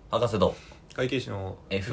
博士と会計士の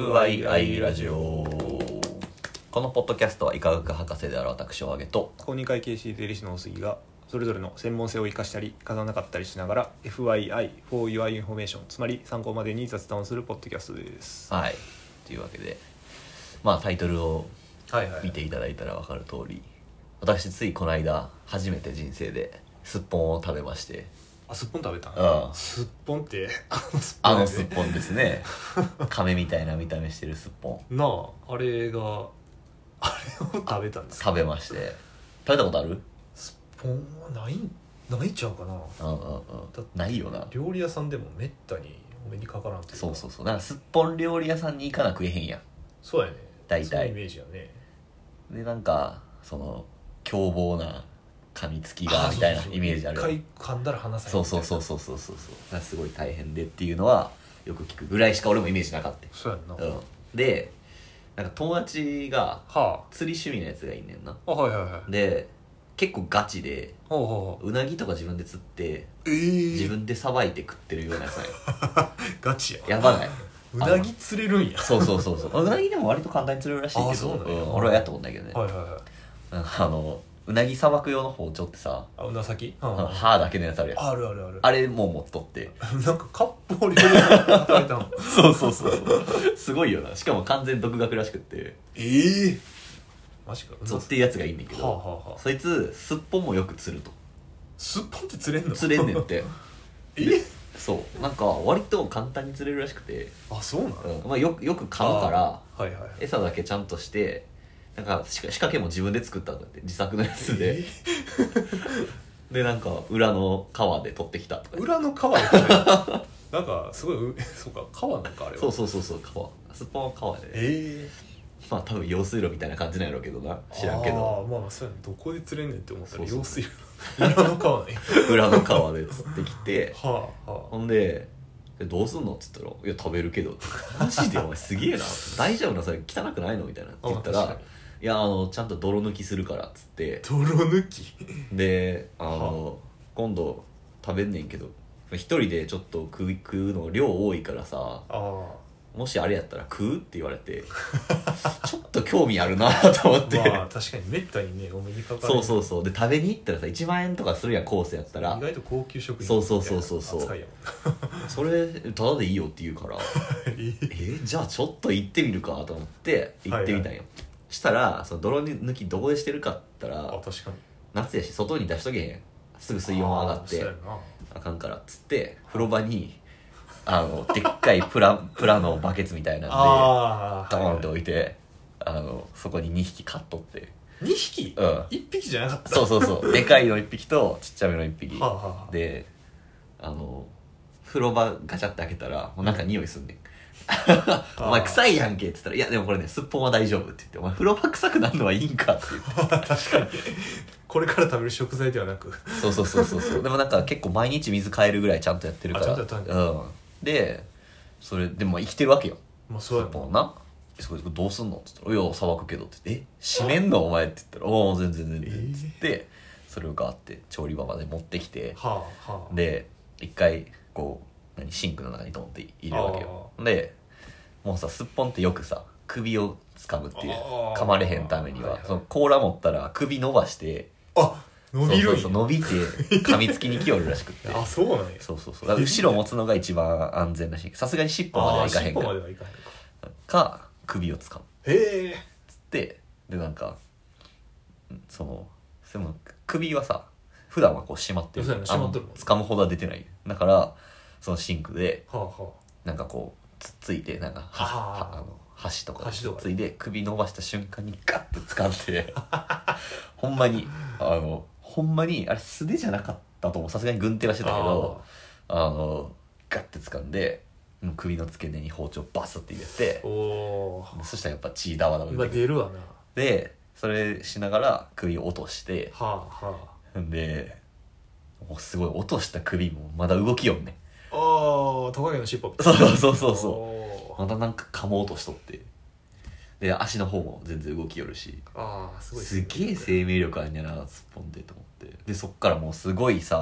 FYI ラジオ。このポッドキャストは医科学博士である私を挙げと公認会計士税理士の大杉がそれぞれの専門性を生かしたり活かさなかったりしながら FYI for your information つまり参考までに雑談をするポッドキャストです。 はいというわけで、まあタイトルをはいはい、 見ていただいたら分かる通り、私ついこの間初めて人生ですっぽんを食べまして。 あ、すっぽん食べたうんすっぽんってあのすっぽんですね亀みたいな見た目してるすっぽんなあ、あれを食べたんですか。 食べまして。食べたことある？ すっぽんはないちゃうかな。 ないよな。 料理屋さんでもめったにお目にかからんというか。 そうだからすっぽん料理屋さんに行かな食えへんやんそうやね、 大体。 そういうイメージやね。 でなんかその凶暴な噛みつきがみたいなイメージある。 一回噛んだら離さそうだからすごい大変でっていうのはよく聞くぐらいしか俺もイメージなかった。 そうやんな、 でなんか友達がは釣り趣味のやつがいんねんな。 あ、はいはいはい。 で結構ガチでほうほう、 うなぎとか自分で釣って自自分でさばいて食ってるようなやつなんよガチや。 やばない？ うなぎ釣れるんや。 そううなぎでも割と簡単に釣れるらしいけあそうなんやど、俺はやったことないけどね。 はいはいはい。 うなぎさばく用の包丁ってさ、 あ、うなさき、 歯だけのやつあるやん。 あるあるある。 あれもう持っとってなんか割烹料理で働いたの。 そうすごいよな。しかも完全独学らしくって、 マジか。 そうっていうやつがいいんだけど、 はあ、 そいつすっぽんもよく釣ると。 すっぽんって釣れんの？ 釣れんねんってそうなんか割と簡単に釣れるらしくて、 あ、そうなの、 よく買うからはいはい。 餌だけちゃんとしてなんか仕掛けも自分で作ったんだって、自作のやつで、でなんか裏の川で取ってきたとか。 裏の川で釣れるなんかすごいそうか、川なんかあれは。 そう川すっぽんは川で、まあ多分用水路みたいな感じなんやろうけどな、知らんけど。 まあそうやね、どこで釣れんねんって思ったらそう用水路裏の川ね裏の川で釣ってきてはあはほんでどうすんのって言ったら「いや食べるけど」って「マジでお前すげえな大丈夫なそれ汚くないの?」みたいなって言ったら「 確かにいやちゃんと泥抜きするから」っつって泥抜きでは今度食べんねんけど一人でちょっと食うの量多いからさ、もしあれやったら食うって言われてちょっと興味あるなと思ってまあ確かにめったにねお目にかかる。 そうで食べに行ったらさ1万円とかするやんコースやったら。 意外と高級食品そうみたいな扱いやそれタダでいいよって言うからじゃあちょっと行ってみるかと思って行ってみたんよ、したらその泥抜きどこでしてるかって言ったら、 確かに夏やし外に出しとけへん、すぐ水温上がってそうやな。 あかんからっつって風呂場にでっかいプラのバケツみたいなんでドーンって置いて、そこに2匹飼っとって。 2匹、 うん 1匹じゃなかった。 そうでかいの1匹とちっちゃめの1匹で、風呂場ガチャって開けたらもうなんか匂いすんねんお前臭いやんけって言ったら「いやでもこれねすっぽんは大丈夫」って言って「お前風呂場臭くなるのはいいんか」って言って確かにこれから食べる食材ではなくそうでもなんか結構毎日水変えるぐらいちゃんとやってるから。 ちゃんとやったんだ。 でそれでも生きてるわけよ。 まあそうやもんな。それどうすんのって言ったら「いやさばくけど」って言って「閉めんのお前」って言ったら「おお全然」っつってそれをガーって調理場まで持ってきて、で一回こうシンクの中にドンって入れるわけよ。でもうさすっぽんってよくさ首を掴むっていう、噛まれへんためには、その甲羅持ったら首伸ばして伸びるんや。 そう伸びて噛みつきに来よるらしくってそうなんや。 そうだから後ろ持つのが一番安全らしい。さすがに尻尾まではいかへんからか首を掴むつってでなんかでも首はさ普段はこう締まってる、掴むほどは出てないだからそのシンクでなんかこうつっついてなんか箸とかつっついで首伸ばした瞬間にガッて掴んでほんまにあれ素手じゃなかったと思う。さすがに軍手はしてたけどガッて掴んで首の付け根に包丁バスって入れて、そしたらやっぱ血ダワダワ出るわな。 でそれしながら首を落として、でもうすごい落とした首もまだ動きよんね。 トカゲの尻尾みたいな。そうまだなんか噛もうとしとってで足の方も全然動きよるし、すげえ生命力あるんやなすっぽんでと思って。でそっからもうすごいさ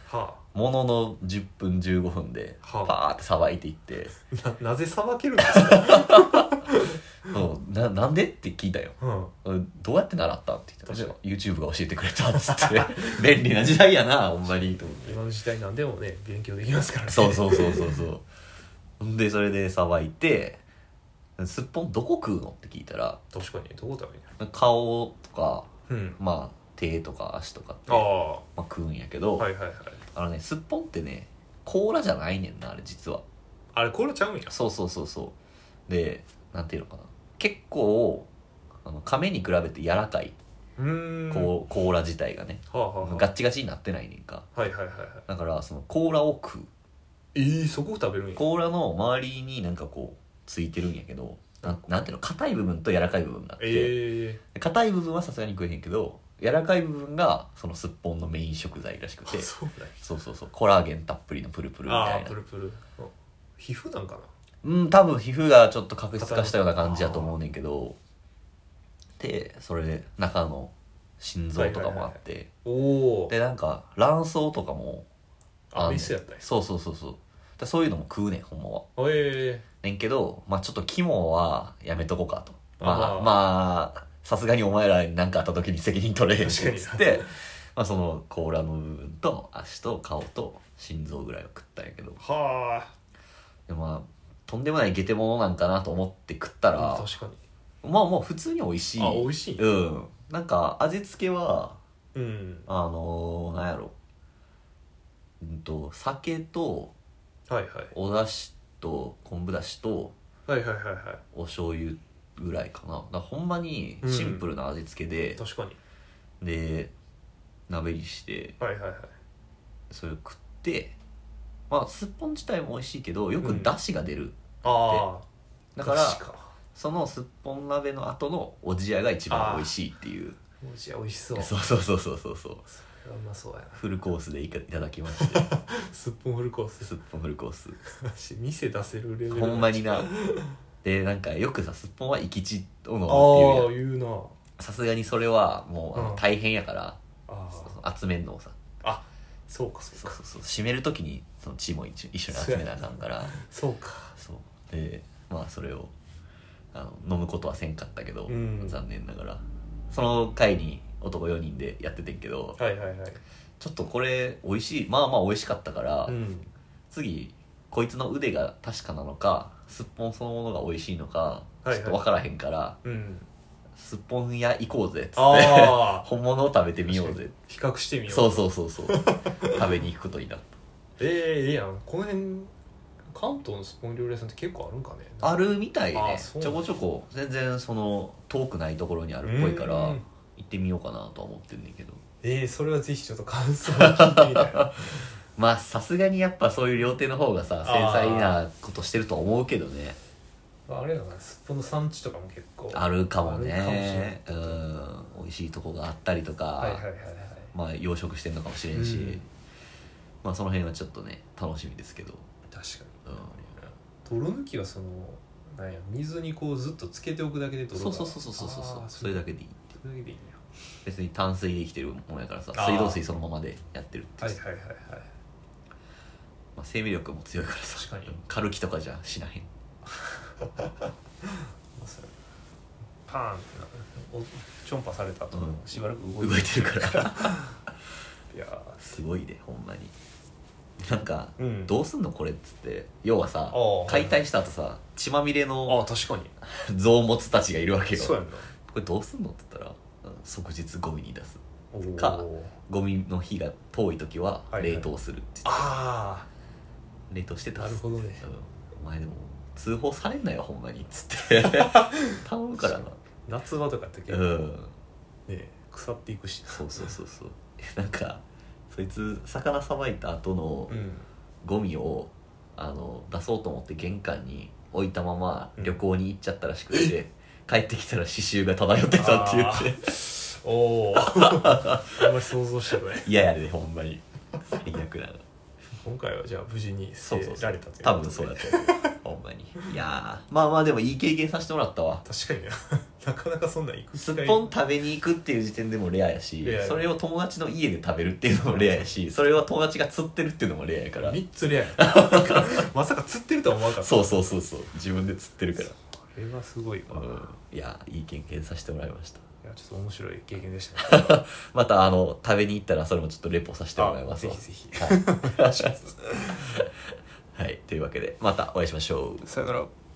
はものの10分15分でパーってさばいていって、 なぜさばけるんですかなんでって聞いたよ、どうやって習ったって言ったら YouTube が教えてくれたっつって便利な時代やなほんまにと思って。 今の時代なんでもね勉強できますからね。 そうでそれでさばいて、すっぽんどこ食うのって聞いたら、 確かにどこ食べる顔とか、 ん、 まあ手とか足とかって食うんやけど、 はいはいはい、 あのねすっぽんってね甲羅じゃないねんなあれ実は。 あれ甲羅ちゃうんや。 そうでなんていうのかな、結構亀に比べて柔らかい、甲羅自体がね、ガッチガチになってないねんか。だからその甲羅を食う。 そこ食べるんや。 甲羅の周りになんかこうついてるんやけど、なんていうの、硬い部分と柔らかい部分があって、硬い部分はさすがに食えへんけど、柔らかい部分がそのすっぽんのメイン食材らしくて、そうコラーゲンたっぷりのプルプルみたいな。 プルプル。皮膚なんかな。 多分皮膚がちょっと角質化したような感じやと思うねんけど、でそれで中の心臓とかもあって、でなんか卵巣とかもメスやったんや。 そういうのも食うねんほんまは。ねんけど、まあちょっと肝はやめとこうかと。まあさすがにお前らに何かあった時に責任取れへんしっつって、まあその甲羅の部分と足と顔と心臓ぐらいを食ったんやけど、でまあとんでもないゲテモノなんかなと思って食ったら、 確かにまあもう普通に美味しい。 美味しい。 なんか味付けはなんやろ、酒とお出汁と昆布だしとお醤油ぐらいかな。だからほんまにシンプルな味付けで、 確かに。 で鍋にしてそれを食って、まあすっぽん自体も美味しいけどよく出汁が出る、だからそのすっぽん鍋の後のおじやが一番美味しいっていう。 おじや美味しそう。 そううまそうやな。 フルコースでいただきましてすっぽんフルコース。店出せるレベルほんまにな。でなんかよくさすっぽんは生き血を飲むっていうやん。 言うな。 さすがにそれはもう大変やから、集めんのをさ、 そう締める時にその血も一緒に集めなあかんからそうでまあそれを飲むことはせんかったけど、残念ながらその回に男4人でやっててんけど、ちょっとこれ美味しい、まあ美味しかったから、次こいつの腕が確かなのかすっぽんそのものが美味しいのかちょっと分からへんから、すっぽん屋行こうぜっつって本物を食べてみようぜ、 比較してみよう。 そう食べに行くことになった。 やん。この辺関東のすっぽん料理屋さんって結構あるんかね。 あるみたいね。ちょこちょこ全然その遠くないところにあるっぽいから行ってみようかなとは思ってんねんけど。 それはぜひちょっと感想を聞いてみたいなまあさすがにやっぱそういう料亭の方がさ繊細なことしてると思うけどね。 あれだな、すっぽんの産地とかも結構あるかもね。美味しいとこがあったりとか、まあ養殖してんのかもしれんし、まあその辺はちょっとね楽しみですけど。 確かに。泥抜きはそのなんや、水にこうずっとつけておくだけで泥が。そうそれだけでいい。 それだけでいいんや。 別に淡水で生きてるもんやからさ、水道水そのままでやってるっていう。まあ生命力も強いからさ、 確かにカルキとかじゃしなへんパーンってチョンパされた後しばらく動いてるからいやすごいねほんまに。なんか、どうすんのこれっつって、要はさ解体した後さ血まみれの確かに臓物たちがいるわけよ。 そうやんな。 これどうすんのって言ったら即日ゴミに出すか、ゴミの日が遠い時は冷凍するって言って、冷凍して出す。 なるほどね。 お前でも通報されんなよほんまにっつって頼むからな。 夏場とかって結構ね腐っていくし。 そうなんかそいつ魚さばいた後のゴミを出そうと思って玄関に置いたまま旅行に行っちゃったらしくて、帰ってきたら刺繍が漂ってたって言ってあんまり想像したくない。 嫌やでほんまに最悪なの。 今回はじゃあ無事に捨てられたという。 多分そうだと思うほんまに。いやまあでもいい経験させてもらったわ。 確かにねなかなかそんなん行く機すっ会ぽん食べに行くっていう時点でもレアやし、 レアやそれを友達の家で食べるっていうのもレアやし、それを友達が釣ってるっていうのもレアやから、 3つレアやなんかまさか釣ってるとは思わなかった。 そうそうそうそう、自分で釣ってるから、 これはすごいわ、 いやいい経験させてもらいました。 いやちょっと面白い経験でしたねまた食べに行ったらそれもちょっとレポさせてもらいますわ。 ぜひぜひはい、はい、というわけでまたお会いしましょう。 さよなら。